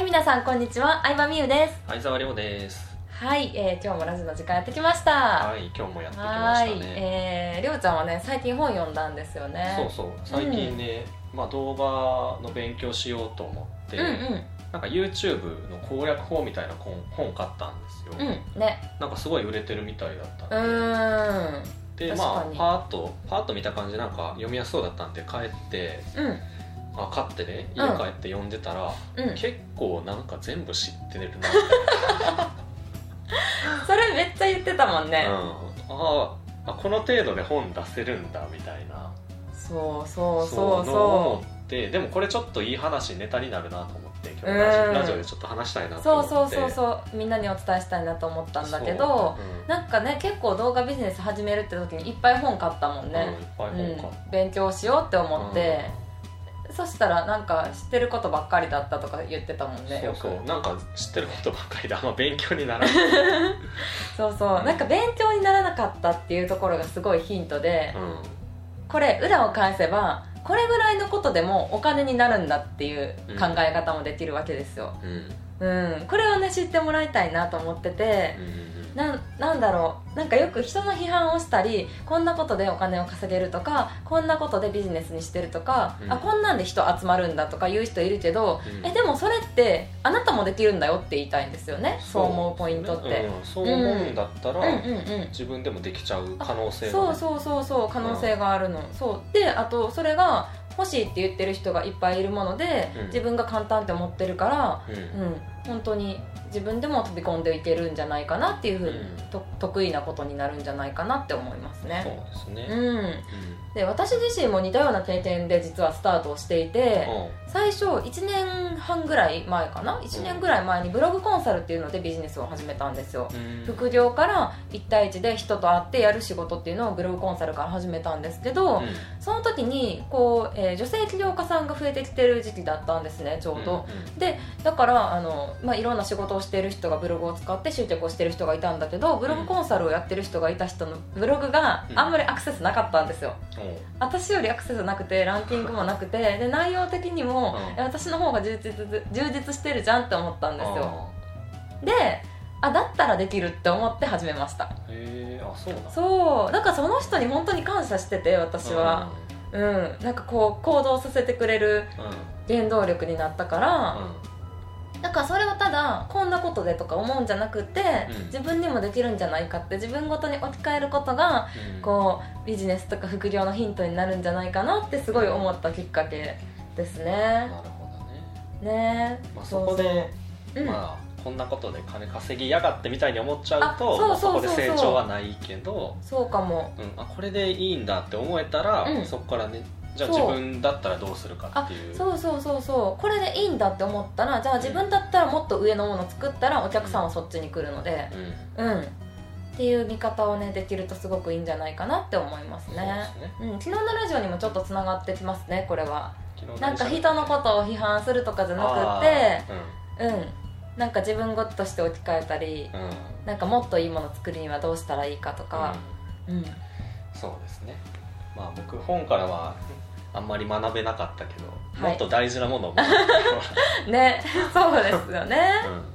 はい皆さんこんにちは、相葉美優です。 相沢亮です。 はい、今日もラジオの時間やってきました。 はい、今日もやってきましたね。 亮ちゃんはね最近本読んだんですよね。 そうそう、最近ね、動画の勉強しようと思って、なんか YouTube の攻略法みたいな本買ったんですよ。 ね。 なんかすごい売れてるみたいだったんで。でパーッと見た感じなんか読みやすそうだったんで帰って、買ってね、家帰って読んでたら、結構なんか全部知ってるなそれめっちゃ言ってたもんね。 この程度で本出せるんだみたいな。 そう思って、でもこれちょっといい話、ネタになるなと思って今日ラジオでちょっと話したいなと思って。 そうみんなにお伝えしたいなと思ったんだけど、なんかね結構動画ビジネス始めるって時にいっぱい本買ったもんね。 いっぱい本買って、 勉強しようって思って、そしたらなんか知ってることばっかりだったとか言ってたもんね。 そうなんか知ってることばっかりであんま勉強にならないなんか勉強にならなかったっていうところがすごいヒントで、これ裏を返せばこれぐらいのことでもお金になるんだっていう考え方もできるわけですよ。これをね知ってもらいたいなと思ってて、なんだろう、なんかよく人の批判をしたり、こんなことでお金を稼げるとか、こんなことでビジネスにしてるとか、こんなんで人集まるんだとか言う人いるけど、でもそれってあなたもできるんだよって言いたいんですよね。そう思うポイントって、 そう思うんだったら自分でもできちゃう可能性が、 そう可能性があるの。そうで、あとそれが欲しいって言ってる人がいっぱいいるもので、自分が簡単って思ってるから、本当に自分でも飛び込んでいけるんじゃないかなっていうふうに、得意なことになるんじゃないかなって思いますね。 そうですね。 で私自身も似たような経験で実はスタートをしていて、最初1年半ぐらい前かな、1年ぐらい前にブログコンサルっていうのでビジネスを始めたんですよ。副業から1対1で人と会ってやる仕事っていうのをブログコンサルから始めたんですけど、その時にこう、女性起業家さんが増えてきてる時期だったんですね、ちょうど。でだからいろんな仕事をしている人がブログを使って集客をしている人がいたんだけど、ブログコンサルをやってる人がいた人のブログがあんまりアクセスなかったんですよ。私よりアクセスなくて、ランキングもなくて、で内容的にも私の方が充実してるじゃんって思ったんですよ。でだったらできるって思って始めました。そうだからその人に本当に感謝してて、私はなんかこう行動させてくれる原動力になったから、だからそれをただこんなことでとか思うんじゃなくて、自分にもできるんじゃないかって自分ごとに置き換えることが、こうビジネスとか副業のヒントになるんじゃないかなってすごい思ったきっかけですね。 なるほどね。そこでこんなことで金稼ぎやがってみたいに思っちゃうと、そこで成長はないけど、 そうかも、 これでいいんだって思えたら、そこからね、じゃあ自分だったらどうするかっていう。 そうこれでいいんだって思ったら、じゃあ自分だったらもっと上のものを作ったらお客さんはそっちに来るので、っていう見方をねできるとすごくいいんじゃないかなって思いますね。昨日のラジオにもちょっとつながってきますね、これは。なんか人のことを批判するとかじゃなくて、なんか自分ごととして置き換えたり、なんかもっといいものを作るにはどうしたらいいかとか。 そうですね。僕本からはあんまり学べなかったけど、もっと大事なものをね、そうですよね。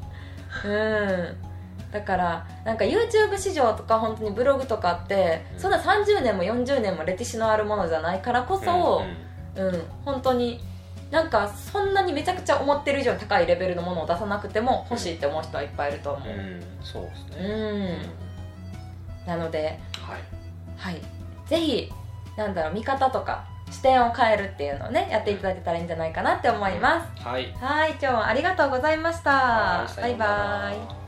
だからなんか YouTube 市場とか本当にブログとかって、そんな30年も40年も歴史のあるものじゃないからこそ、本当になんかそんなにめちゃくちゃ思ってる以上に高いレベルのものを出さなくても欲しいって思う人はいっぱいいると思う。 そうですね。 なのでぜひ見方とか視点を変えるっていうのをねやっていただけたらいいんじゃないかなって思います。はい、今日はありがとうございました。バイバイ。